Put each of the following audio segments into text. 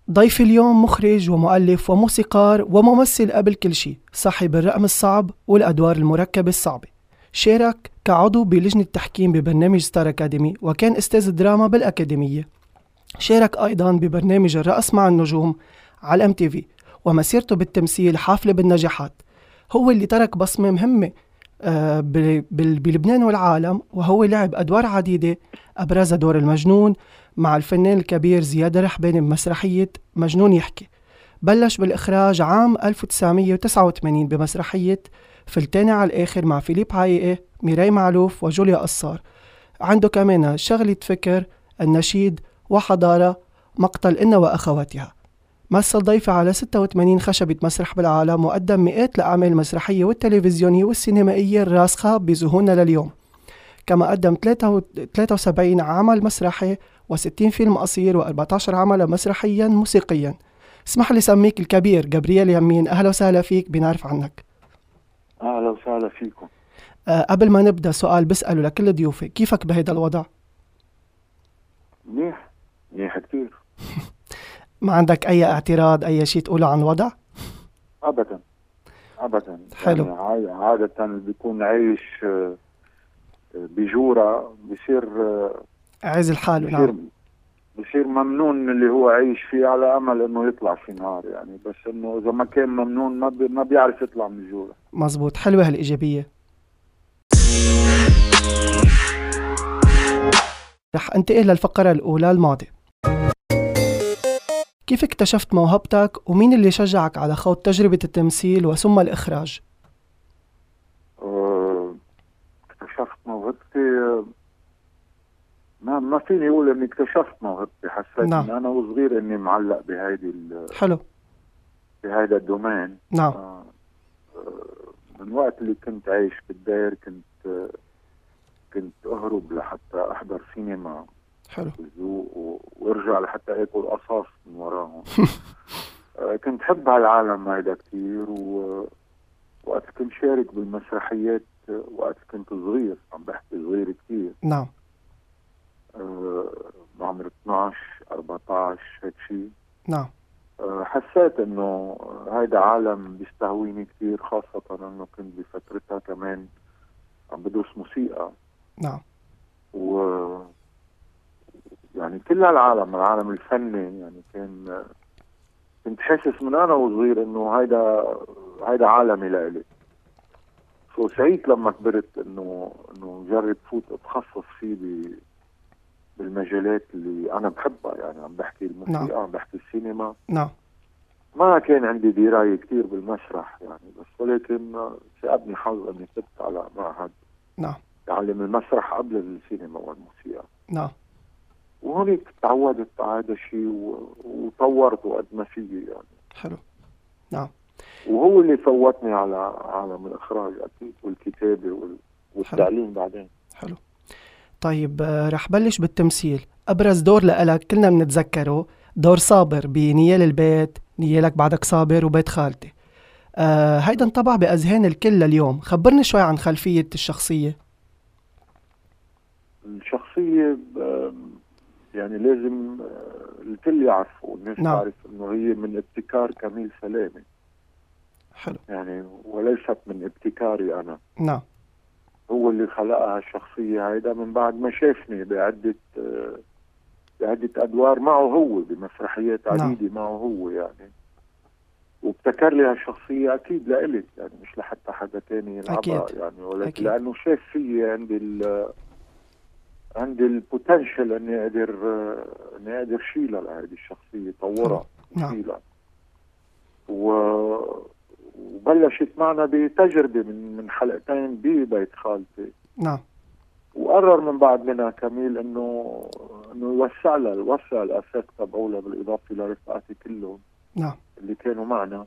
ضيفي اليوم مخرج ومؤلف وموسيقار وممثل قبل كل شيء، صاحب الرقم الصعب والأدوار المركبة الصعبة. شارك كعضو بلجنة التحكيم ببرنامج ستار أكاديمي، وكان أستاذ دراما بالأكاديمية. شارك أيضا ببرنامج الرقص مع النجوم على MTV، ومسيرته بالتمثيل حافلة بالنجاحات. هو اللي ترك بصمة مهمة بلبنان والعالم، وهو لعب أدوار عديدة، أبرزها دور المجنون مع الفنان الكبير زياد الرحباني بمسرحية مجنون يحكي. بلش بالإخراج عام 1989 بمسرحية فلتاني على الآخر مع فيليب عايقة، ميراي معلوف وجوليا قصار. عنده كمان شغلة فكر، النشيد، وحضارة، مقتل إن وأخواتها. مثل ضيفة على 86 خشبة مسرح بالعالم، وقدم مئات الأعمال المسرحية والتلفزيونية والسينمائية الراسخة بذهولنا لليوم. كما قدم 73 عمل مسرحي و60 فيلم قصير و14 عملا مسرحيا موسيقيا. اسمح لي سميك الكبير جابرييل يمين، أهلا وسهلا فيك، بنعرف عنك. أهلا وسهلا فيكم. قبل ما نبدأ سؤال بسأله لكل ضيوفي، كيفك بهيدا الوضع؟ منيح كتير. ما عندك أي اعتراض، أي شيء تقوله عن الوضع؟ أبدا. حلو. يعني عادة بيكون عايش بجورة بصير عايز الحال. نعم. بصير ممنون اللي هو عايش فيه على أمل إنه يطلع في نهار، يعني بس إنه إذا ما كان ممنون ما بيعرف يطلع من الجورة. مزبوط، حلوة هالإيجابية. رح انتقل للفقرة الأولى، الماضي. كيف اكتشفت موهبتك، ومين اللي شجعك على خوض تجربة التمثيل وثم الإخراج؟ اكتشفت موهبتي، ما فيني اقول اني اكتشفت موهبتي، حسيت نعم. ان انا وصغير اني معلق حلو. بهذا الدومين. نعم. من وقت اللي كنت عايش بالداير كنت اهرب لحتى احضر سينما. حلو. وارجع لحتى اكل قصاص من وراهم. كنت حب هالعالم هيدا كتير، وقت كنت شارك بالمسرحيات وقت كنت صغير، عم بحكي صغير كتير. نعم. بعمر 12 14 هيك شيء. نعم. حسيت انه هيدا عالم بيستهويني كتير، خاصة انه كنت بفترتها كمان عم بدرس موسيقى. نعم. يعني كل العالم الفني، يعني كنت حاسس من انا وصغير انه هيدا عالمي لإلي. سعيت لما كبرت انه جرب فوت اتخصص فيه بالمجالات اللي انا بحبها، يعني عم بحكي الموسيقى. نعم. عم بحكي السينما. نعم. ما كان عندي دراية كتير بالمسرح يعني، بس ولكن سأبني حظ اني كنت على معهد. نعم. تعلم المسرح قبل السينما والموسيقى. نعم. وهونيك تعودت على هذا الشيء وطورته قد ما فيي يعني. حلو. نعم. وهو اللي فوتني على عالم الإخراج أكيد، والكتابة والتعليم بعدين. حلو. طيب، رح بلش بالتمثيل. أبرز دور لألك كلنا بنتذكره، دور صابر بنيال البيت، نيالك بعدك صابر وبيت خالتي. هيدا انطبع بأذهان الكل لليوم. خبرني شوي عن خلفية الشخصية. الشخصية يعني لازم الكل يعرفه، والناس نعم. تعرف انه هي من ابتكار كميل سلامة. حلو. يعني وليست من ابتكاري انا. نعم. هو اللي خلقها الشخصية هيدا من بعد ما شافني بعدة ادوار معه هو بمسرحيات عديدة. نعم. معه هو يعني، وابتكر لي هالشخصية اكيد لإلي، يعني مش لحتى حدا تاني يلعبها يعني، ولكن لانه شاف فيي عندي البوتنشل اني اقدر شيلها لهذه الشخصية، طورها وشيلها. وبلشت معنا بتجربة من حلقتين ببيت خالتي. نعم. وقرر من بعد منها كميل انه يوسع الافاق تبعولها، بالاضافة لرفقاتي كلهم. نعم. اللي كانوا معنا.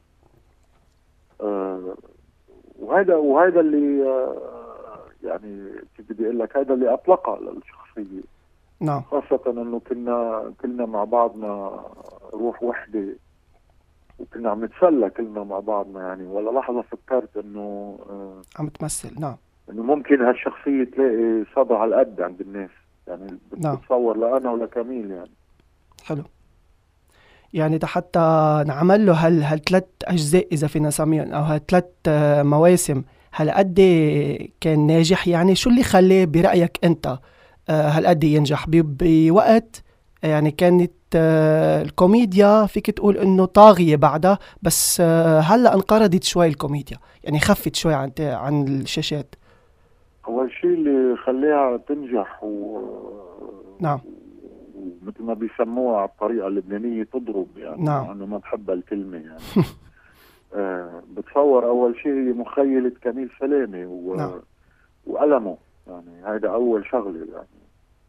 وهذا اللي يعني كيف بدي اقول لك، هذا اللي اطلقها للشخصية. نعم. خاصة انه كنا مع بعضنا روح وحدة، وكنا عم نتسلى كلنا مع بعضنا يعني، ولا لحظة فكرت انه عم تمثل. نعم. انه ممكن هالشخصية تلاقي صدى على القد عند الناس يعني. نعم. بتصور لأنا ولا كميل يعني. حلو. يعني ده حتى نعمل له هل 3 أجزاء إذا فينا نسميهم، أو هل 3 مواسم، هل قد كان ناجح؟ يعني شو اللي خلاه برأيك أنت هل قد ينجح بوقت يعني كانت الكوميديا فيك تقول إنه طاغية بعدها، بس هلأ انقرضت شوي الكوميديا، يعني خفت شوي عن الشاشات. أول شيء اللي خليها تنجح نعم. ومثل ما بيسموها على الطريقة اللبنانية تضرب، يعني نعم. مع أنه ما بحب الكلمة يعني. بتصور أول شيء هي مخيلة كميل سلامة نعم. وألمه، يعني هذا أول شغلة. يعني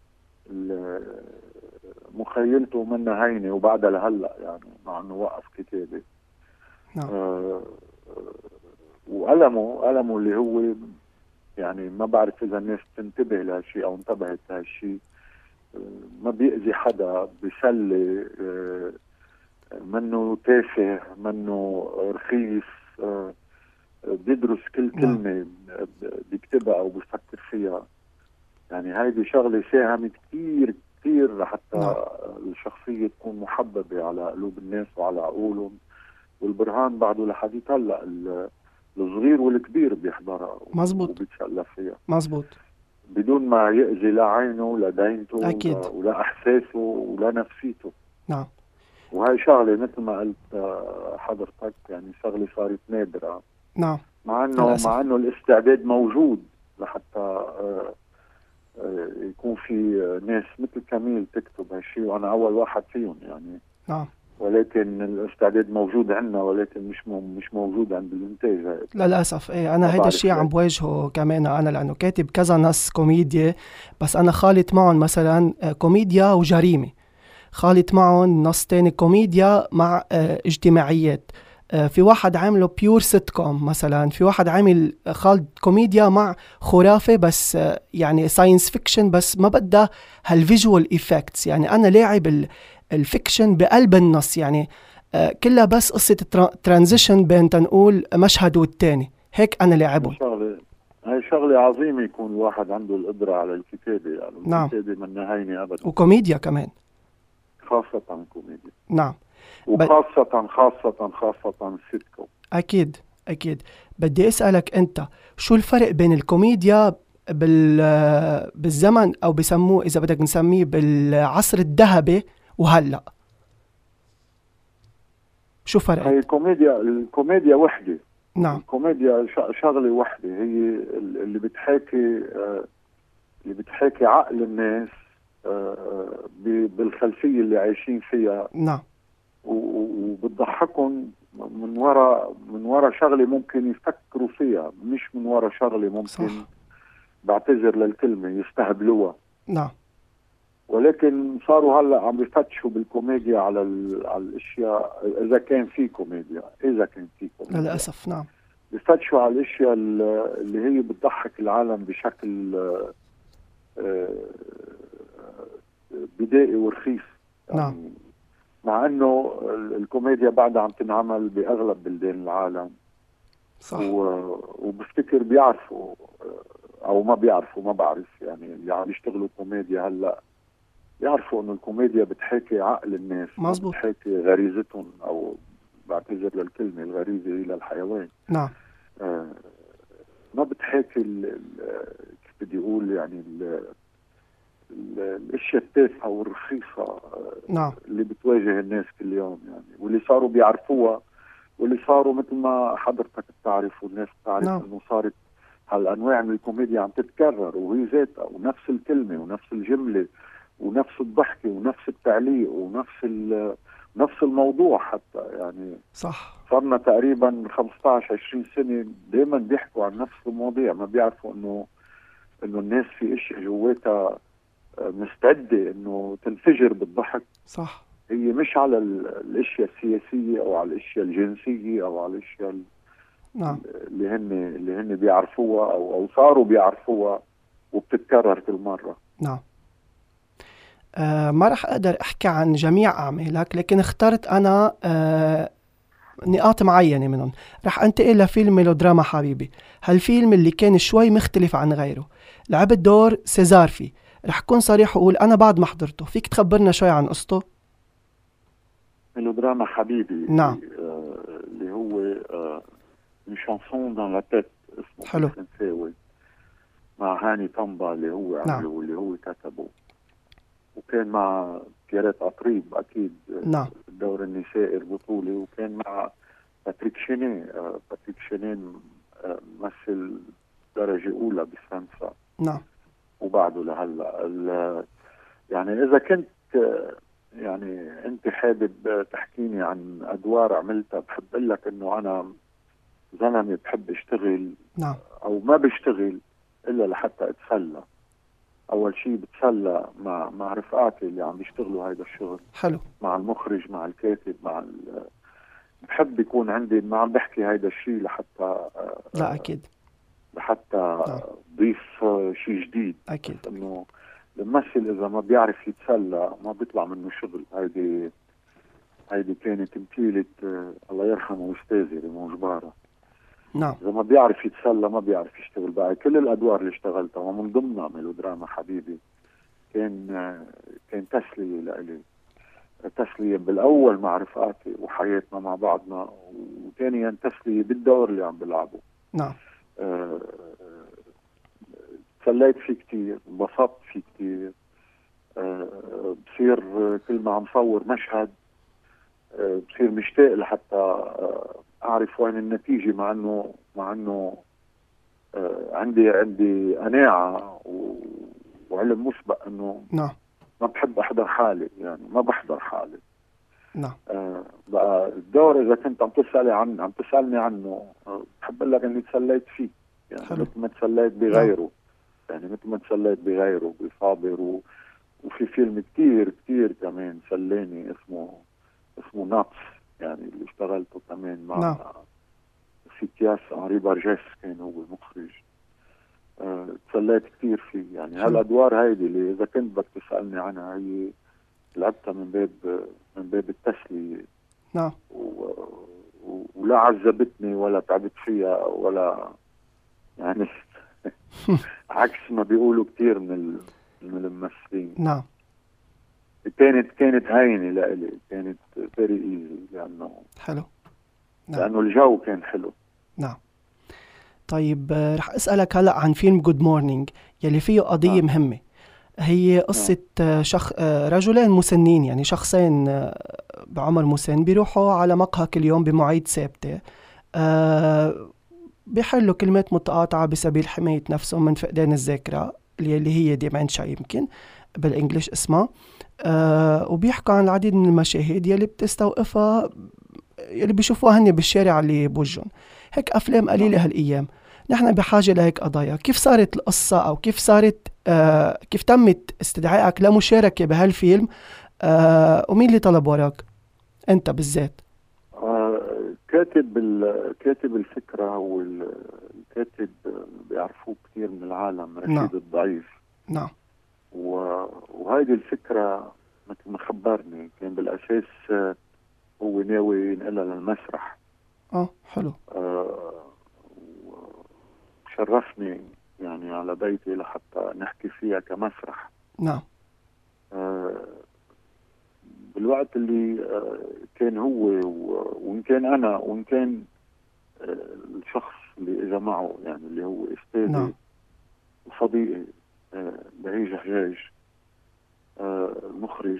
مخيلته منها هينة وبعدها لهلأ، يعني مع أنه وقف كتابة. نعم. وألمه اللي هو يعني ما بعرف إذا الناس تنتبه لهالشيء أو انتبهت لهالشيء. ما بيأذي حدا، بيسلي، منه تافه، منه رخيص، بيدرس كل كلمة بيكتبها أو بيفكر فيها. يعني هيدي شغلة ساهمت كتير كتير لحتى الشخصية تكون محببة على قلوب الناس وعلى عقولهم. والبرهان بعده لحديث هلا الصغير والكبير بيحضرها وبيتسلى فيها. مزبوط. بدون ما يأذي لا عينه ولا دينته أكيد. ولا إحساسه ولا نفسيته. نعم. وهي شغلة مثل ما قلت حضرتك، يعني شغلة صارت نادرة. نعم. مع انه الاستعداد موجود لحتى يكون في ناس مثل كميل تكتب هالشيء، وانا اول واحد فيهم يعني. نعم. ولكن الاستعداد موجود عندنا، ولكن مش موجود عند الانتاج. للاسف ايه، انا هيدا الشيء عم بواجهه كمان انا، لانه كاتب كذا نص كوميديا، بس انا خالط معهم مثلا كوميديا وجريمه، خالط معهم نص تاني كوميديا مع اجتماعيات. في واحد عامله بيور سيت كوم مثلا، في واحد عامل خالط كوميديا مع خرافة بس يعني ساينس فيكشن، بس ما بدها هالفيجوال ايفكتس. يعني انا لاعب الفيكشن بقلب النص، يعني كلها بس قصة ترانزيشن بين تنقول مشهد والتاني، هيك انا لاعبهم. هاي شغلة عظيمة يكون الواحد عنده القدرة على الكتابة، يعني نعم. الكتابة من هينة أبدا، وكوميديا كمان، خاصة كوميديا. نعم. وخاصة سيتكم. أكيد. بدي أسألك أنت، شو الفرق بين الكوميديا بالزمن، أو بسموه إذا بدك نسميه بالعصر الذهبي وهلأ؟ شو فرق؟ هي الكوميديا وحدة. نعم. الكوميديا شغلة وحدة، هي اللي بتحاكي عقل الناس بالخلفية اللي عايشين فيها. نعم. وبتضحكهم من وراء شغلة ممكن يفكروا فيها، مش من وراء شغلة ممكن صح. بعتذر للكلمة يستهبلوها. نعم. ولكن صاروا هلا عم بيفتشوا بالكوميديا على الاشياء، اذا كان في كوميديا للاسف. نعم. بيفتشوا على الاشياء اللي هي بتضحك العالم بشكل بدائي ورخيص. يعني نعم. مع انه الكوميديا بعدها عم تنعمل باغلب بلدان العالم صح. وبفتكر بيعرفوا او ما بيعرفوا، ما بعرف، يعني اللي عم يشتغلوا كوميديا هلا بيعرفوا انه الكوميديا بتحاكي عقل الناس، مزبوط. بتحاكي غريزتهم، او بعتذر للكلمة الغريزة الى الحيوان. نعم. ما بتحاكي كيف بدي اقول يعني الاشياء التافهه والرخيصه. نعم. اللي بتواجه الناس كل يوم، يعني واللي صاروا بيعرفوها، واللي صاروا مثل ما حضرتك بتعرف والناس بتعرف. نعم. انه صارت هالانواع من الكوميديا عم تتكرر، وهي ذاتها ونفس الكلمه ونفس الجمله ونفس الضحكه ونفس التعليق ونفس الموضوع حتى. يعني صح. صارنا تقريبا 15-20 سنه دائما بيحكوا عن نفس المواضيع، ما بيعرفوا انه الناس في اشياء جواتها مستعدة انه تنفجر بالضحك. صح. هي مش على الاشياء السياسية او على الاشياء الجنسية او على الاشياء نعم. اللي هن بيعرفوها او صاروا بيعرفوها وبتتكرر كل مرة. نعم. ما رح اقدر احكي عن جميع اعمالك، لكن اخترت انا نقاط معينة منهم. رح انتقل لفيلم ميلودراما حبيبي. هالفيلم اللي كان شوي مختلف عن غيره، لعبت دور سيزار فيه. رح كون صريح وقول أنا بعد ما حضرته، فيك تخبرنا شوي عن قصته؟ ميلودراما حبيبي. نعم. اللي هو une chanson dans la tête اسمه حلو. بالفرنساوي، مع هاني طنبا اللي هو عمله. نعم. واللي هو كتبه، وكان مع بيارات عطريب أكيد نعم. الدور النسائي البطولة، وكان مع باتريك شيني. باتريك شيني ممثل درجة أولى بفرنسا، نعم. وبعده لهلا. يعني إذا كنت يعني أنت حابب تحكيني عن أدوار عملتها، بحب أقول لك إنه أنا زلمة بحب أشتغل. نعم. أو ما بشتغل إلا لحتى أتسلى. أول شيء بتسلى مع رفقاتي اللي عم بيشتغلوا هيدا الشغل، حلو. مع المخرج، مع الكاتب، بحب يكون عندي ما عم بحكي هيدا الشيء لا أكيد. لحتى نعم. ضيف شيء جديد. أكيد. إنه الممثل إذا ما بيعرف يتسلى ما بيطلع منه شغل. هيدي كانت تمثيلة الله يرحمه أستاذي ريمون جبارة. نعم. إذا ما بيعرف يتسلى ما بيعرف يشتغل. بقى كل الأدوار اللي اشتغلتها ومن ضمنها ميلودراما حبيبي كان تسلية لإلي. تسلية بالأول مع رفقاتي وحياتنا مع بعضنا، وثانيا تسلية بالدور اللي عم بلعبه. نعم. تسليت فيه كتير، انبسطت فيه كتير. بصير كل ما عم صور مشهد بصير مشتاق لحتى أعرف وين النتيجة، مع إنه عندي قناعة وعلم مسبق إنه نعم. ما بحب أحضر حالي، يعني ما بحضر حالي. نعم. بقى الدور إذا كنت عم تسألني عنه، بحب أقول لك إني تسليت فيه. يعني حلو. مثل ما تسليت بغيره. يعني مثل ما تسليت بغيره بصابر. وفي فيلم كتير كتير كمان سلاني اسمه نابس، يعني اللي اشتغلته كمان مع نعم. سيتياس أنري بارجيس، كان هو المخرج. تسليت كتير فيه. يعني حلو. هالأدوار هيدي اللي إذا كنت بدك تسألني عنها، هي لعبتها من باب التسلية. نعم. ولا عذبتني ولا تعبت فيها ولا يعني عكس ما بيقولوا كتير من الممثلين. نعم. كانت هينة لإلي، كانت very easy حلو. نعم. لأنه الجو كان حلو. نعم. طيب رح أسألك هلأ عن فيلم جود مورنينج يلي فيه قضية مهمة. هي قصة رجلين مسنين، يعني شخصين بعمر مسن بيروحوا على مقهى كل يوم بمواعيد ثابتة، بيحلوا كلمات متقاطعة بسبيل حماية نفسهم من فقدان الذاكرة اللي هي ديمنشا يمكن بالإنجليش اسمها. وبيحكوا عن العديد من المشاهد يلي بتستوقفها، يلي بيشوفوها هني بالشارع اللي بوجهن. هيك أفلام قليلة هالأيام. نحن بحاجة لهيك قضايا. كيف صارت القصة، أو كيف تمت استدعائك لمشاركة بهالفيلم، ومين اللي طلب وراك أنت بالذات؟ كاتب الفكرة والكاتب بيعرفوه كتير من العالم، رشيد نعم. الضعيف. نعم. وهيدي الفكرة مثل ما خبرني كان بالأساس هو ناوي ينقلها للمسرح. حلو. شرفني يعني على بيتي لحتى نحكي فيها كمسرح. نعم. بالوقت اللي كان هو وإن كان أنا وإن كان الشخص اللي إجا معه، يعني اللي هو أستاذي. نعم. وصديقي بهيج حجاج المخرج.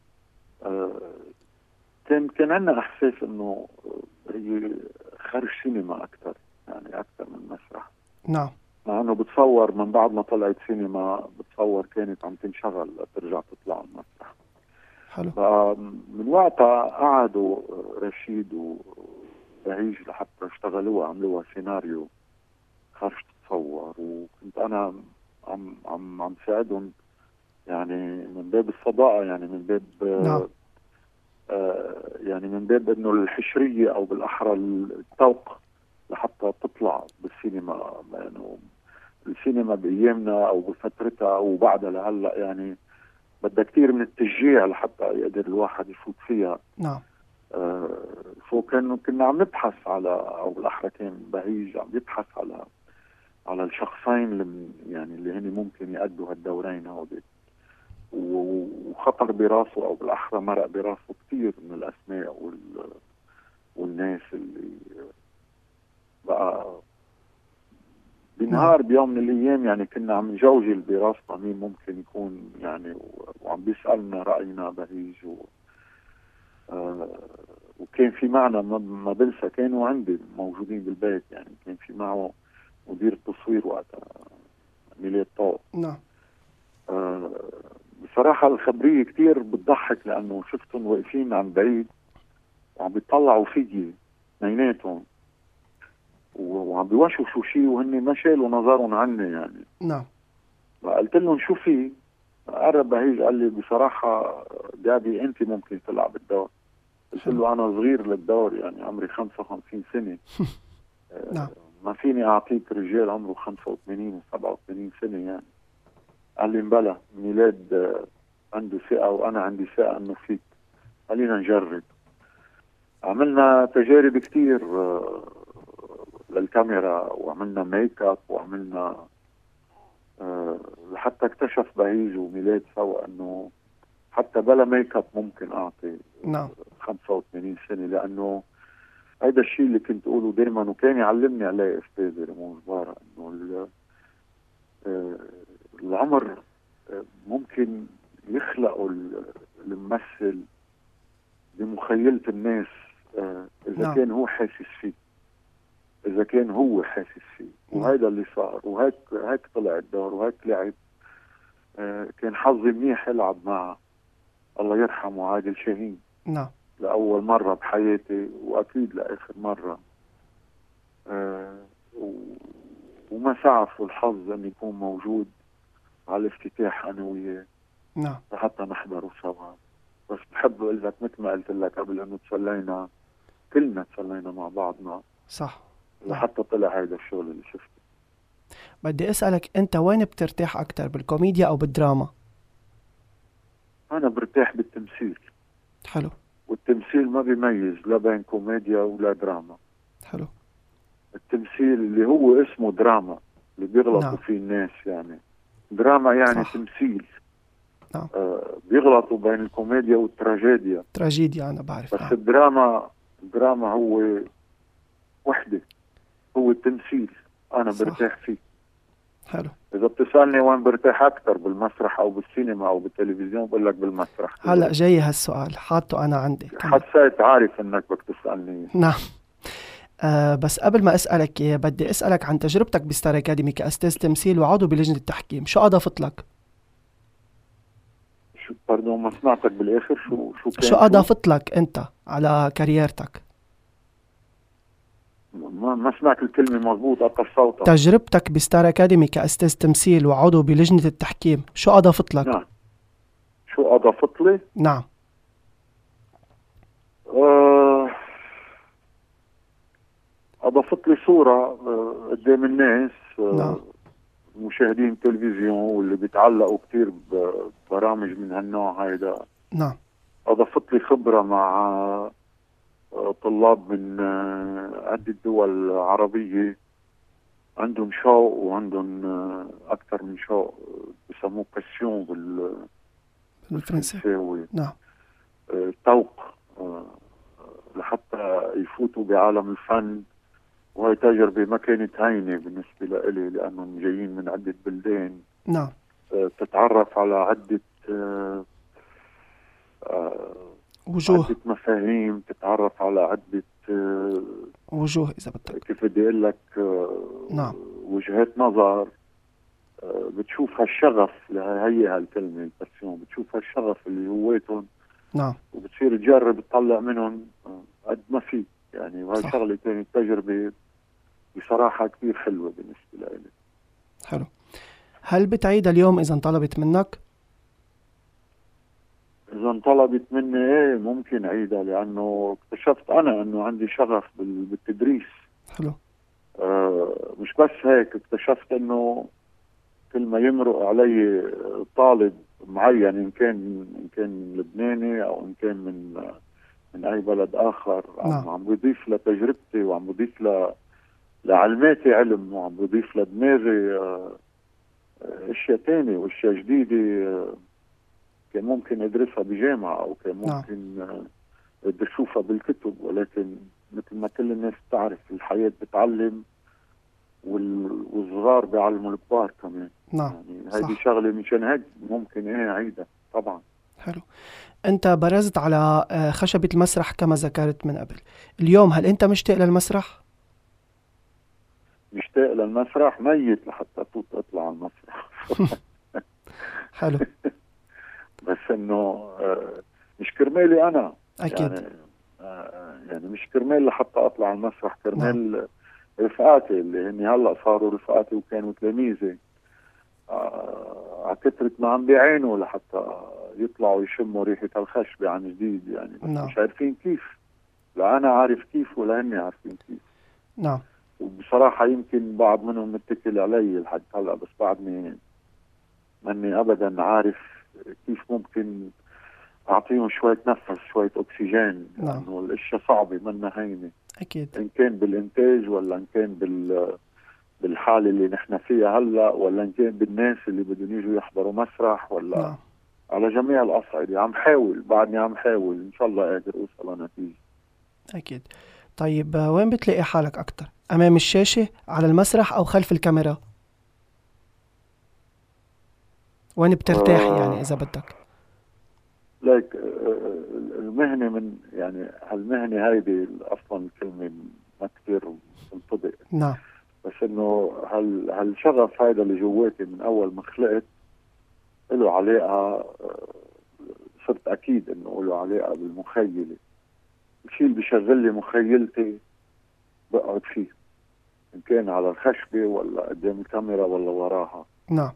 كان عندنا إحساس إنه هي خارج سينما أكثر، يعني أكثر من مسرح. نعم. مع إنه بتصور من بعد ما طلعت سينما، بتصور كانت عم تنشغل ترجع تطلع على المسرح. حلو. من وقتها قعدوا رشيد وبهيج لحتى اشتغلوها، عملوها سيناريو خارج تتصور، وكنت أنا عم ساعدهم، يعني من باب الصداقة، يعني من باب نعم. يعني من باب انه الحشرية او بالاحرى التوق لحتى تطلع بالسينما. يعني السينما بايامنا او بفترتها وبعدها لهلا يعني بدها كثير من التشجيع لحتى يقدر الواحد يفوت فيها. نعم. كنا عم نبحث على، او بالاحرى كان بهيج عم يبحث على الشخصين اللي يعني اللي هن ممكن يأدوا هالدورين هودي. وخطر براسه او بالاحرى مرق براسه كثير من الاسماء والناس اللي بقى بنهار بيوم من الايام يعني كنا عم نجوجل براسنا مين ممكن يكون يعني وعم بيسالنا راينا بهيج وكان في معنا ما بنسى كانوا عندي موجودين بالبيت يعني كان في معه مدير التصوير وقتها ميلاد طارق. نعم. بصراحة الخبرية كتير بتضحك لأنه شفتهم واقفين عن بعيد وعم بيطلعوا فيي اثنيناتهم وعم بيوشوشوا شيء وهن ما شالوا نظرهم عني يعني. نعم. قلت لهم شو في؟ قرب بهيج قال لي بصراحة دادي أنت ممكن تلعب الدور. قلت له أنا صغير للدور يعني عمري 55 سنة. نعم. ما فيني أعطيك رجال عمره 85 و 87 سنة يعني. قال لي بلا ميلاد عنده ثقة وأنا عندي ثقة إنه فيك. خلينا نجرب. عملنا تجارب كتير للكاميرا وعملنا ميك اب وعملنا لحتى اكتشف بهيج وميلاد سوا انه حتى بلا ميك اب ممكن اعطي. نعم. 85 سنة لانه هيدا الشيء اللي كنت اقوله دائما وكان يعلمني عليه استاذي ريمون جبارة انه العمر ممكن يخلقوا الممثل بمخيلة الناس إذا نعم. كان هو حاسس فيه. إذا كان هو حاسس فيه وهذا اللي صار وهيك طلع الدور وهيك لعب. كان حظي منيح ألعب مع الله يرحمه عادل شاهين. نعم. لأول مرة بحياتي وأكيد لآخر مرة. وما سعف الحظ أن يكون موجود على الافتتاح أنا وياه. نعم. حتى نحضره سوا. بس بحب اقول لك مثل ما قلت لك قبل انه تسلينا كلنا تسلينا مع بعضنا. صح. لحتى طلع هذا الشغل اللي شفته. بدي اسالك انت وين بترتاح اكثر بالكوميديا او بالدراما؟ انا برتاح بالتمثيل. حلو. والتمثيل ما بيميز لا بين كوميديا ولا دراما. حلو. التمثيل اللي هو اسمه دراما اللي بيغلطوا نعم. فيه الناس يعني دراما يعني صح. تمثيل. نعم. بيغلطوا بين الكوميديا والتراجيديا. تراجيديا انا بعرف. بس نعم. الدراما هو وحده. هو التمثيل انا صح. برتاح فيه. حلو. اذا بتسالني وين برتاح اكثر بالمسرح او بالسينما او بالتلفزيون بقول لك بالمسرح. هلا جاي هالسؤال حاطه انا عندي كمان. حسيت عارف انك بدك تسالني. نعم. بس قبل ما اسالك اياه بدي اسالك عن تجربتك بستار اكاديمي كاستاذ تمثيل وعضو بلجنه التحكيم، شو اضافت لك؟ شو باردون ما سمعتك بالاخر. شو اضافت لك انت على كاريرتك؟ ما سمعت الكلمه مضبوط قطع صوتك. تجربتك بستار اكاديمي كاستاذ تمثيل وعضو بلجنه التحكيم شو اضافت لك؟ نعم. شو اضافت لي؟ نعم. اضافت لي صوره قدام الناس. نعم. مشاهدين تلفزيون واللي بيتعلقوا كتير ببرامج من هالنوع هيدا. نعم. أضافت لي خبرة مع طلاب من عدة دول عربية عندهم شوق وعندهم أكثر من شوق بسموه باسيون بالفرنساوي. نعم. توق لحتى يفوتوا بعالم الفن. وهي تجربة ما كانت هينة بالنسبة لإلي لأنهم جايين من عدة بلدان. نعم. تتعرف على عدة وجوه. عدة مفاهيم. تتعرف على عدة وجوه إذا بدك. كيف بدي أقول لك نعم. وجهات نظر. بتشوف هالشغف هي هالكلمة الباسيون. بتشوف هالشغف اللي جواتهم. نعم. وبتصير تجرب تطلع منهم قد ما فيك يعني. وهالشغلة كانت تجربة بصراحة كتير حلوة بالنسبة لي. حلو. هل بتعيد اليوم إذا انطلبت منك؟ إذا انطلبت مني إيه ممكن أعيدها لأنه اكتشفت أنا أنه عندي شغف بالتدريس. حلو. مش بس هيك اكتشفت أنه كل ما يمرق علي طالب معين إن كان لبناني أو إن كان من أي بلد آخر. نعم. عم بضيف لتجربتي وعم بضيف لعلماتي علم وعم بضيف لدماغي اشياء تانية واشياء جديدة كان ممكن ادرسها بجامعة او كان نعم. ممكن بدي اشوفها بالكتب، ولكن مثل ما كل الناس بتعرف الحياة بتعلم والصغار بيعلموا الكبار كمان. نعم يعني هيدي صح. شغلة مشان هيك ممكن اعيدها طبعا. حلو. أنت برزت على خشبة المسرح كما ذكرت من قبل. اليوم هل أنت مشتاق للمسرح؟ مشتاق للمسرح، ميت لحتى اطلع على المسرح. حلو. بس انه مش كرمالي انا، أكيد. يعني مش كرمال لحتى اطلع على المسرح، نعم. كرمال رفقاتي اللي هني هلا صاروا رفقاتي وكانوا تلاميذي. عكترت ما عم بيعينوا لحتى يطلعوا يشموا ريحة الخشبة عن جديد يعني، بس نعم. مش عارفين كيف. لا أنا عارف كيف ولا هني عارفين كيف. نعم. وبصراحة يمكن بعض منهم متكل علي لحد هلا، بس بعدني ماني أبدا عارف كيف ممكن أعطيهم شوية نفس، شوية أكسجين. نعم. لأنه الأشياء صعبة منا هينة، أكيد. إن كان بالإنتاج ولا إن كان بالحالة اللي نحن فيها هلا، ولا إن كان بالناس اللي بدهم يجوا يحضروا مسرح، ولا نعم. على جميع الأصعدة. عم حاول، بعدني عم حاول، إن شاء الله قادر أوصل لنتيجة. أكيد. طيب وين بتلاقي حالك أكتر؟ أمام الشاشة، على المسرح، أو خلف الكاميرا؟ وين بترتاح يعني إذا بدك؟ ليك المهنة من يعني هالمهنة هيدي أصلا الكلمة ما كثير تنطبق، نعم. بس إنه هالشغف هيدا اللي جواتي من أول ما خلقت له علاقة، صرت أكيد إنه له علاقة بالمخيلة. الشيء اللي بيشغل لي مخيلتي بقعد فيه، إن كان على الخشبة ولا قدام الكاميرا ولا وراها. نعم.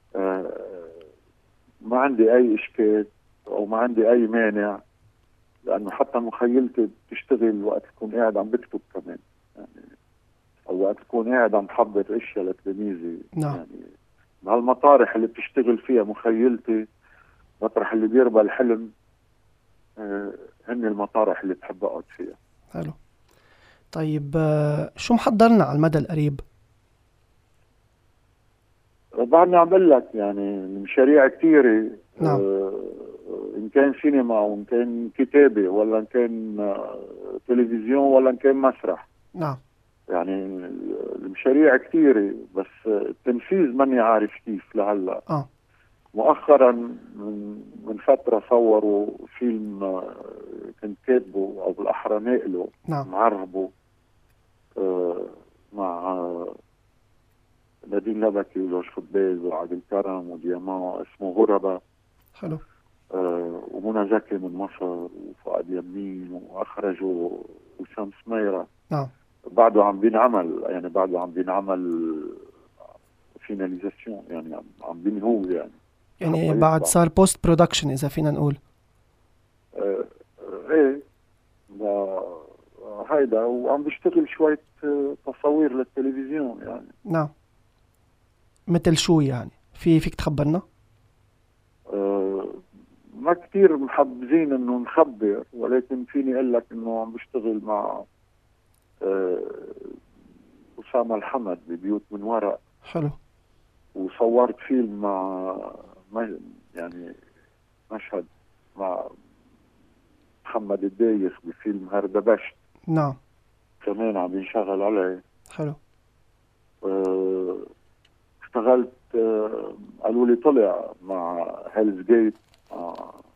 ما عندي أي إشكال أو ما عندي أي مانع، لأنه حتى مخيلتي بتشتغل وقت تكون قاعد عم بكتب كمان يعني، أو وقت تكون قاعد عم حضر أشياء لتلاميذي. نعم. يعني هالمطارح اللي بتشتغل فيها مخيلتي، مطرح اللي بيربى الحلم، هن المطارح اللي بحب أقعد فيها. حلو. طيب شو محضرنا على المدى القريب؟ بعدني عم بقول لك يعني المشاريع كثيرة. نعم. إن كان سينما وإن كان كتابة ولا إن كان تلفزيون ولا إن كان مسرح. نعم. يعني المشاريع كثيرة، بس التنفيذ ماني عارف كيف لهلا. مؤخرا من فترة صوروا فيلم كنت كاتبه أو بالأحرى ناقله. نعم. معربه مع نادين لبكي وجورج خباز وعادل كرم وديامان، اسمه غربة. حلو. ومنى زكي من مصر وفؤاد يمين، واخرجوا وسام سميرة. نعم. بعده عم بينعمل، يعني بعده عم بينعمل فيناليزاسيون، يعني عم بينهو يعني بعد صار بوست برودكشن إذا فينا نقول. ايه هيدا، وعم بيشتغل شوية تصوير للتلفزيون يعني. نعم. مثل شو يعني؟ فيك تخبرنا؟ ما كتير محبزين انه نخبر، ولكن فيني اقول لك انه عم بشتغل مع أسامة الحمد ببيوت من ورق. حلو. وصورت فيلم مع يعني مشهد مع محمد الدايخ بفيلم هردبشت. نعم. كمان عم ينشغل عليه. حلو. اشتغلت قالوا لي طلع مع هيلز جيت، مع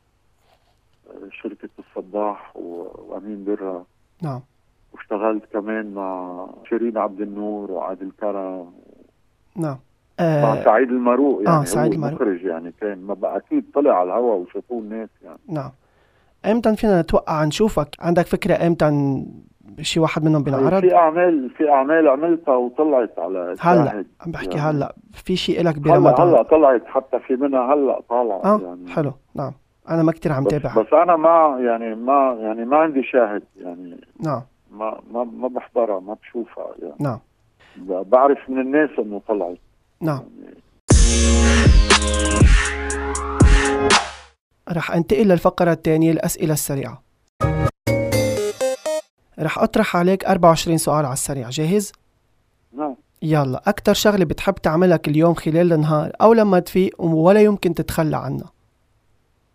شركة الصباح وأمين برا. نعم. واشتغلت كمان مع شيرين عبد النور وعادل كرم. نعم. مع سعيد المروق يعني. سعيد هو المخرج يعني، كان ما بقى أكيد طلع على الهواء وشافوه الناس يعني. نعم. امتى فينا نتوقع نشوفك؟ عندك فكرة امتى شي واحد منهم بينعرض؟ في أعمال عملتها وطلعت على هلا عم بحكي يعني. هلا في شيء إلك برمضان؟ هلا طلعت، حتى في منها هلا طالعة يعني. حلو. نعم. أنا ما كتير عم تابع، بس أنا ما عندي شاهد يعني. نعم. ما بحضرها، ما بشوفها يعني. نعم. بعرف من الناس إنه طلعت. نعم. يعني. رح انتقل للفقرة الثانية، الأسئلة السريعة. رح أطرح عليك 24 سؤال على السريع، جاهز؟ نعم. يلا، أكتر شغلة بتحب تعملها كل يوم خلال النهار أو لما تفيق ولا يمكن تتخلى عنها؟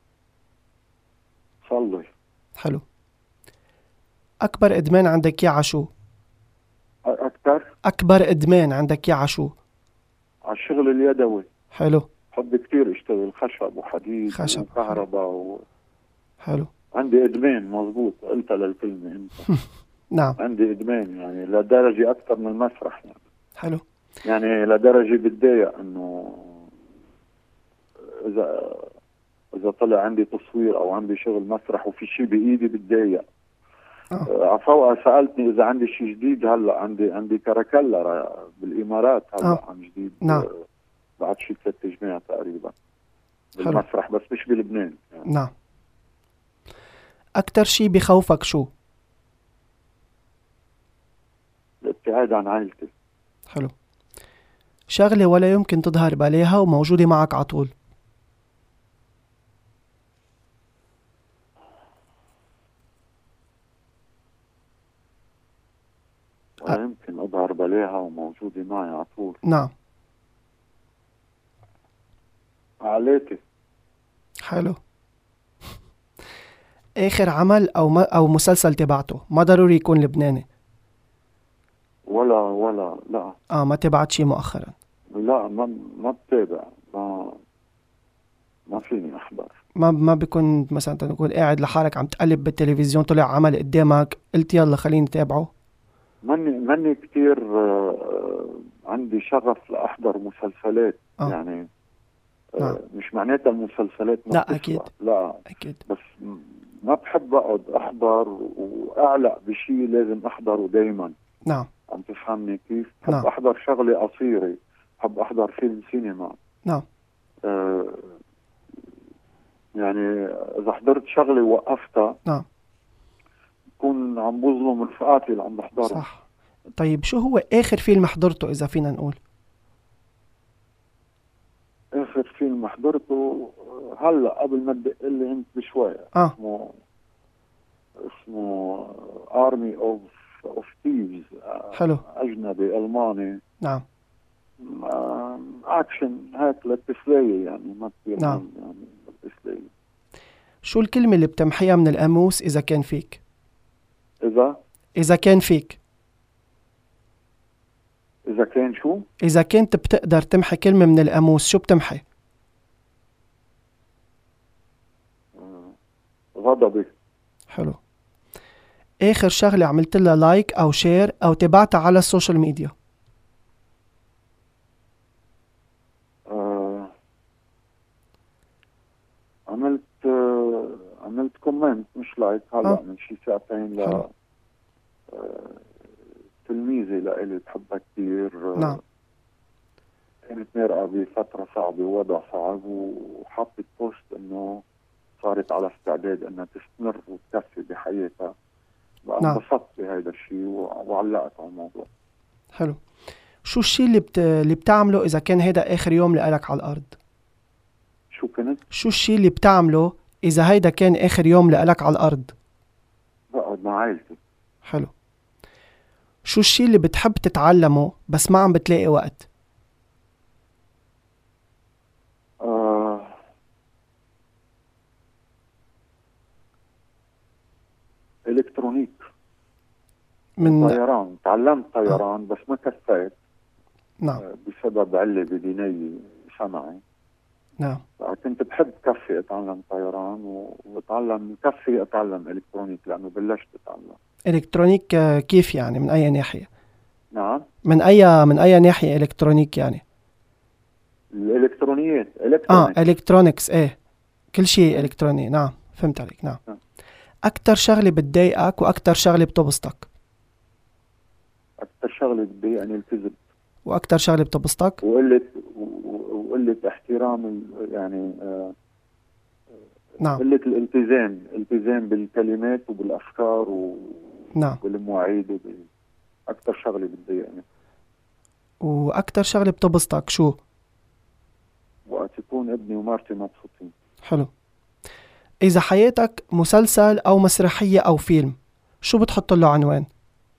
صلي. حلو. أكبر إدمان عندك إياه عشو؟ اكثر أكبر إدمان عندك إياه عشو؟ على الشغل اليدوي. حلو. بحب كثير اشتغل خشب وحديد خشب. وكهرباء حلو. عندي ادمان، مزبوط قلتها للكلمة انت. نعم. عندي ادمان يعني لدرجة اكثر من المسرح يعني. حلو. يعني لدرجة بتضايق انه اذا طلع عندي تصوير او عندي شغل مسرح وفي شيء بايدي بتضايق. عفوا سألتني اذا عندي شيء جديد. هلا عندي كاراكلا بالامارات هلا عن جديد. نعم. بعد شيء 3 جماع تقريبا حلو. بالمسرح، بس مش بلبنان يعني. نعم. أكتر شي بخوفك شو؟ الابتعاد عن عائلتي. حلو. شغلة ولا يمكن تظهر بلاها وموجودة معك عطول؟ ولا يمكن اظهر بلاها وموجودة معي على طول. نعم. عائلتي. حلو. آخر عمل أو مسلسل تبعته، ما ضروري يكون لبناني. ولا لا. ما تبعت شي مؤخرا؟ لا ما بتابع. ما فيني احضر. ما بيكون مثلا تكون قاعد لحالك عم تقلب بالتلفزيون طلع عمل قدامك قلت يلا خليني تابعه؟ ماني كتير عندي شغف لأحضر مسلسلات. يعني نعم. مش معناتها المسلسلات ما لا بتسوى. أكيد. لا أكيد. بس ما بحب أقعد أحضر وأعلق بشيء لازم أحضره دايما. نعم. عم تفهمني كيف؟ بحب نعم. أحضر شغلة قصيرة، بحب أحضر فيلم سينما. نعم. يعني إذا حضرت شغلة ووقفتها نعم. بكون عم بظلم رفقاتي اللي عم بحضرهم. صح. طيب شو هو آخر فيلم حضرته إذا فينا نقول؟ آخر فيلم حضرته هلا قبل ما تدق لي أنت بشوي. اسمه Army of Thieves. حلو. أجنبي ألماني. نعم. أكشن هيك للتسلية يعني، ما كثير نعم. مهم يعني للتسلية. شو الكلمة اللي بتمحيها من القاموس إذا كان فيك؟ إذا كان فيك. إذا كان شو؟ إذا كنت بتقدر تمحي كلمة من القاموس شو بتمحي؟ غضبي. حلو. آخر شغلة عملت لها لايك أو شير أو تبعتها على السوشيال ميديا؟ عملت كومنت مش لايك هلا من شي ساعتين تلميذة لإلي بحبها كتير. نعم. كانت مارقة بفترة صعبة ووضع صعب، وحطت بوست انه صارت على استعداد انها تستمر وتكفي بحياتها. انبسطت بهذا الشيء وعلقت على الموضوع. حلو. شو الشيء اللي بتعمله إذا كان هيدا آخر يوم لإلك على الأرض؟ شو الشيء اللي بتعمله إذا هيدا كان آخر يوم لإلك على الأرض؟ بقعد مع عائلتي. حلو. شو الشيء اللي بتحب تتعلمه بس ما عم بتلاقي وقت؟ إلكترونيك. من طيران. تعلمت طيران بس ما كفيت. نعم. بسبب علة بديني سمعي. نعم. كنت بحب كفي اتعلم طيران واتعلم كفي اتعلم الكترونيك لانه بلشت اتعلم الكترونيك. كيف يعني من اي ناحية؟ نعم. من اي ناحية الكترونيك يعني؟ الالكترونيات. الكترونيكس. ايه كل شيء الكتروني. نعم فهمت عليك. نعم. اكتر شغلة بتضايقك واكتر شغلة بتبسطك؟ اكتر شغلة بتضايقني الكذب. واكتر شغلة بتبسطك؟ وقلة احترام يعني نعم. قلة الالتزام بالكلمات وبالافكار نعم. والمواعيد اكتر شغلة بتضايقني. واكتر شغلة بتبسطك شو؟ وقت يكون ابني ومرتي مبسوطين. حلو. اذا حياتك مسلسل او مسرحية او فيلم شو بتحط له عنوان؟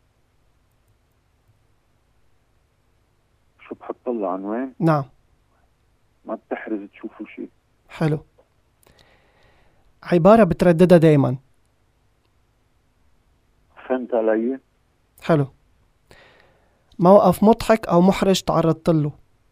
شو بحط له عنوان؟ نعم. ما بتحرز تشوفوا شيء. حلو. عبارة بترددها دايما. فهمت علي؟ حلو. موقف مضحك أو محرج تعرضت له.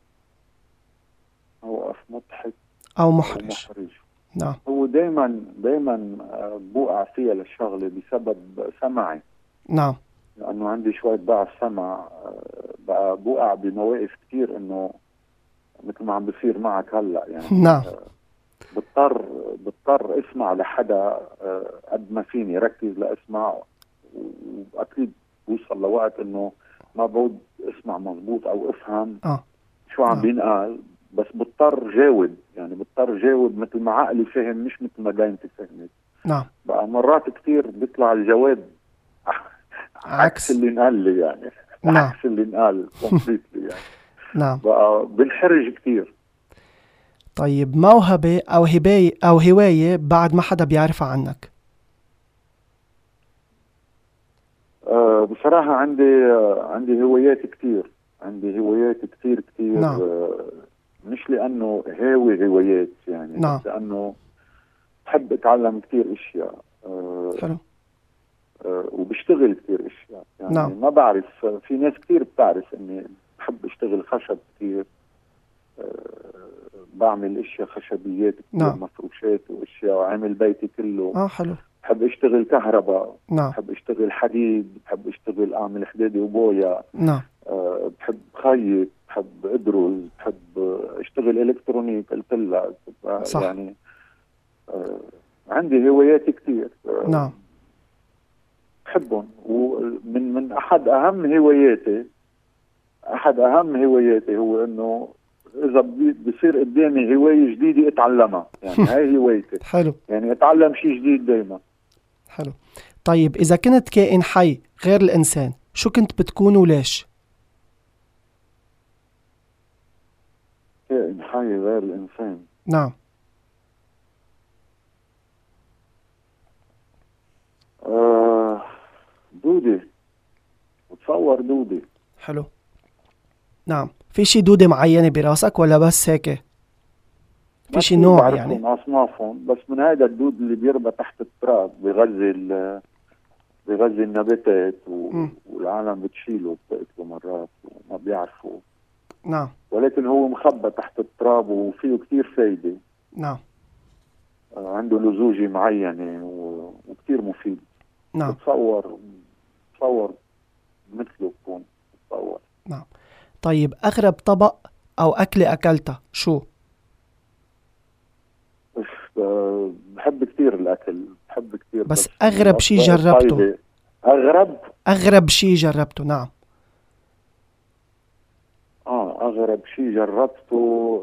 موقف مضحك أو أو محرج. محرج. نعم. هو دايما بوقع فيها للشغلة بسبب سمعي، نعم. لأنه عندي شوية ضعف سمع. بقى بوقع بمواقف كتير إنه مثل ما عم بصير معك هلا يعني. نعم. بضطر اسمع لحدا قد ما فيني ركز لاسمع، واكيد بوصل لوقت انه ما بعود اسمع مزبوط او افهم شو عم نعم. بينقال، بس بضطر جاوب، يعني بضطر جاوب مثل ما عقلي فهم مش مثل ما دايمتي فهمت. نعم. بقى مرات كتير بيطلع الجواب عكس اللي انقال لي يعني. نعم. عكس اللي انقال كومبليتلي يعني. نعم. بقى بنحرج كتير. طيب موهبة أو هواية بعد ما حدا بيعرفها عنك. بصراحة عندي هوايات كتير. عندي هوايات كتير كتير. نعم. مش لأنه هاوي هوايات يعني، نعم. بس لأنه بحب أتعلم كتير أشياء. حلو. وبشتغل كتير أشياء يعني. نعم. ما بعرف، في ناس كتير بتعرف إني بحب أشتغل خشب كتير. بعمل أشياء خشبيات كتير. نعم. مفروشات وأشياء، وعامل بيتي كله. حلو. بحب اشتغل كهرباء. نعم. بحب اشتغل حديد. بحب اشتغل اعمل حدادي وبويا. نعم. بحب خيط. بحب ادرس. بحب اشتغل الكترونيك قلت لك. صح. يعني عندي هوايات كتير. نعم. بحبهم. ومن احد اهم هواياتي هو انه اذا بصير قدامي هواية جديدة اتعلمها، يعني هاي هوايتي. حلو. يعني اتعلم شيء جديد دايما. حلو. طيب إذا كنت كائن حي غير الإنسان شو كنت بتكون وليش؟ كائن حي غير الانسان. نعم. دودة. بتصور دودة. حلو. نعم. في شي دودة معينة براسك ولا بس هيك؟ في شي نوع يعني؟ بعرفهم أصنافهم، بس من هذا الدود اللي بيربى تحت التراب بيغذي النباتات والعالم بتشيله بتقتله مرات وما بيعرفوا. نعم. ولكن هو مخبى تحت التراب وفيه كتير فايدة. نعم. عنده لزوجة معينة وكتير مفيد. نعم. بتصور مثله بكون. بتصور. نعم. طيب أغرب طبق أو أكلة أكلتها شو؟ بحب كتير الأكل. بحب كتير. بس أغرب شي جربته. أغرب شي جربته. نعم. أغرب شي جربته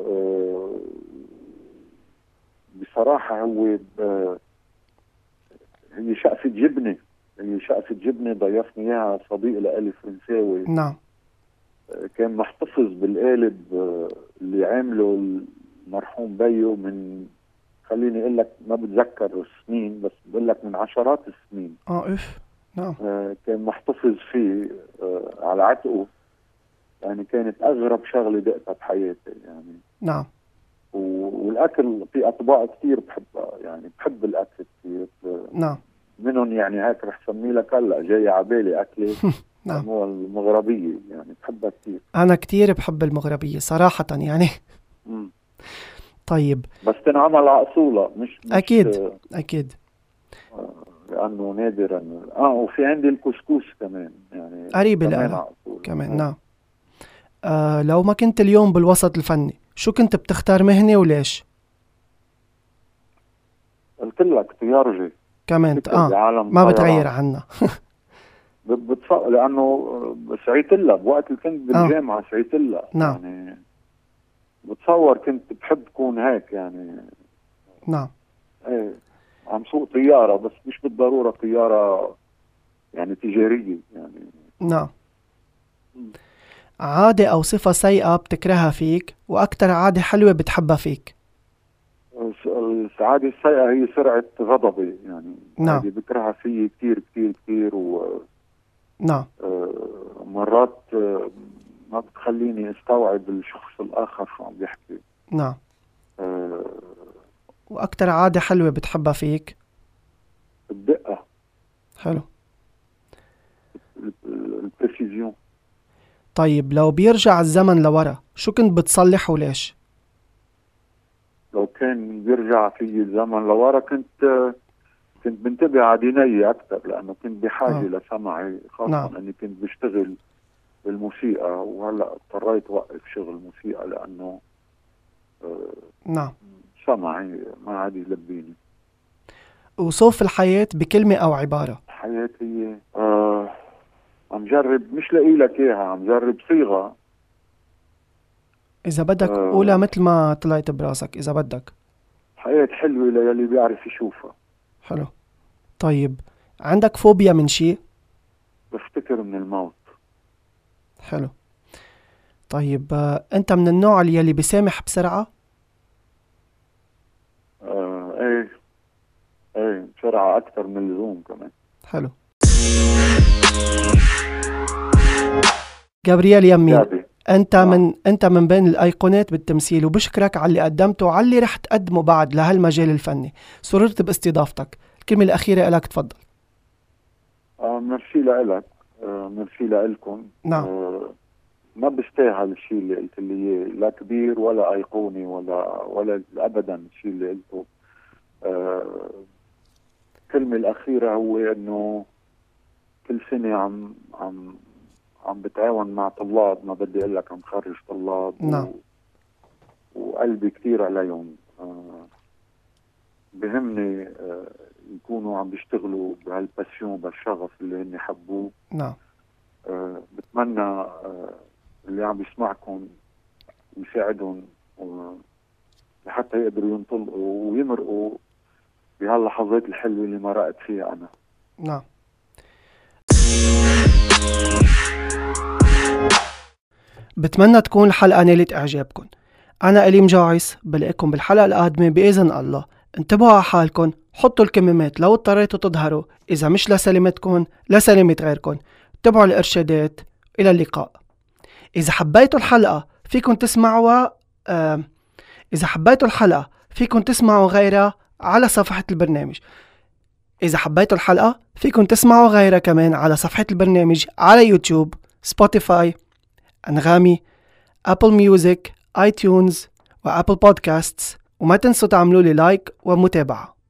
بصراحة هي شقفة جبنة ضيفني إياها صديق لإلي فرنساوي. نعم. كان محتفظ بالقالب اللي عامله المرحوم بيو من، خليني اقول لك ما بتذكر السنين، بس بقول لك من عشرات السنين. اف. نعم. كان محتفظ فيه على عتقه. يعني كانت اغرب شغله دقتها بحياتي يعني. نعم. والاكل في اطباق كثير بحبها، يعني بحب الاكل كثير. نعم. منهم يعني هيك رح سمي لك هلا جاي على بالي اكله. نعم. هو المغربيه، يعني بحبها كثير. انا كثير بحب المغربيه صراحه يعني. طيب بس تنعمل على اصولها مش اكيد لانه نادرا. وفي عندي الكسكس كمان، يعني قريبه لها كمان. نعم. لو ما كنت اليوم بالوسط الفني شو كنت بتختار مهنه وليش؟ قلت لك طيارجي كمان. ما بتغير عنا. لانه سعيت لها بوقت اللي كنت بالجامعه. سعيت لها. نعم. يعني بتصور كنت بحب كون هيك يعني. نعم. ايه عم سوق طياره، بس مش بالضروره طياره يعني تجاريه يعني. نعم. عادة أو صفة سيئة بتكرهها فيك وأكتر عادة حلوة بتحبها فيك؟ العادة السيئة هي سرعة غضبي يعني. نعم. هذه بكرهها فيي كتير كتير كتير. نعم. مرات ما بتخليني استوعب الشخص الآخر شو عم بيحكي. نعم. وأكتر عادة حلوة بتحبها فيك؟ الدقة. حلو. البريسيزيون. طيب لو بيرجع الزمن لورا شو كنت بتصلح وليش؟ لو كان بيرجع في الزمن لورا كنت بنتبه على ديني أكثر، لأنه كنت بحاجة لسمعي، خاصة نعم. أني كنت بشتغل بالموسيقى، وهلأ اضطريت أوقف شغل موسيقى لأنه نعم. سمعي ما عاد يلبيني. وصوف الحياة بكلمة أو عبارة. حياتي عم جرب، مش لاقي لك إياها، عم جرب صيغة. إذا بدك قولها مثل ما طلعت براسك إذا بدك. حياة حلوة للي بيعرف يشوفها. حلو. طيب عندك فوبيا من شيء؟ بفتكر من الموت. حلو. طيب أنت من النوع اللي بيسامح بسرعة؟ ايه بسرعة أكثر من اللزوم كمان. حلو. جابرييل يمين، جابي. انت من بين الايقونات بالتمثيل، وبشكرك على اللي قدمته وعلى اللي رح تقدمه بعد لهالمجال الفني. سررت باستضافتك. الكلمة الأخيرة لك، تفضل. ميرسي لك، ميرسي لكم. نعم. ما بستاهل الشيء اللي قلت لي اياه، لا كبير ولا ايقوني ولا ابدا الشيء اللي قلته. الكلمة الأخيرة هو إنه كل سنة عم بتعاون مع طلاب، ما بدي أقول لك عم خرج طلاب. نعم. وقلبي كتير عليهم. بهمني يكونوا عم بيشتغلوا بهالباسيون، بالشغف اللي هن حبوه. نعم. بتمنى اللي عم بيسمعكم يساعدهم لحتى يقدروا ينطلقوا ويمرقوا بهاللحظات الحلوة اللي مرقت فيها أنا. نعم. بتمنى تكون الحلقة نالت إعجابكم. أنا إليم جاعس، بلاقيكم بالحلقة القادمة بإذن الله. انتبهوا على حالكم، حطوا الكمامات لو اضطريتوا تظهروا، إذا مش لسلامتكم لسلامة غيركم. اتبعوا الإرشادات. إلى اللقاء. إذا حبيتوا الحلقة فيكم تسمعوا غيرها على صفحة البرنامج. إذا حبيتوا الحلقة فيكم تسمعوا غيرها كمان على صفحة البرنامج على يوتيوب، سبوتيفاي، أنغامي، أبل ميوزك، آي تيونز، وأبل بودكاستس. وما تنسوا تعملوا لي لايك ومتابعة.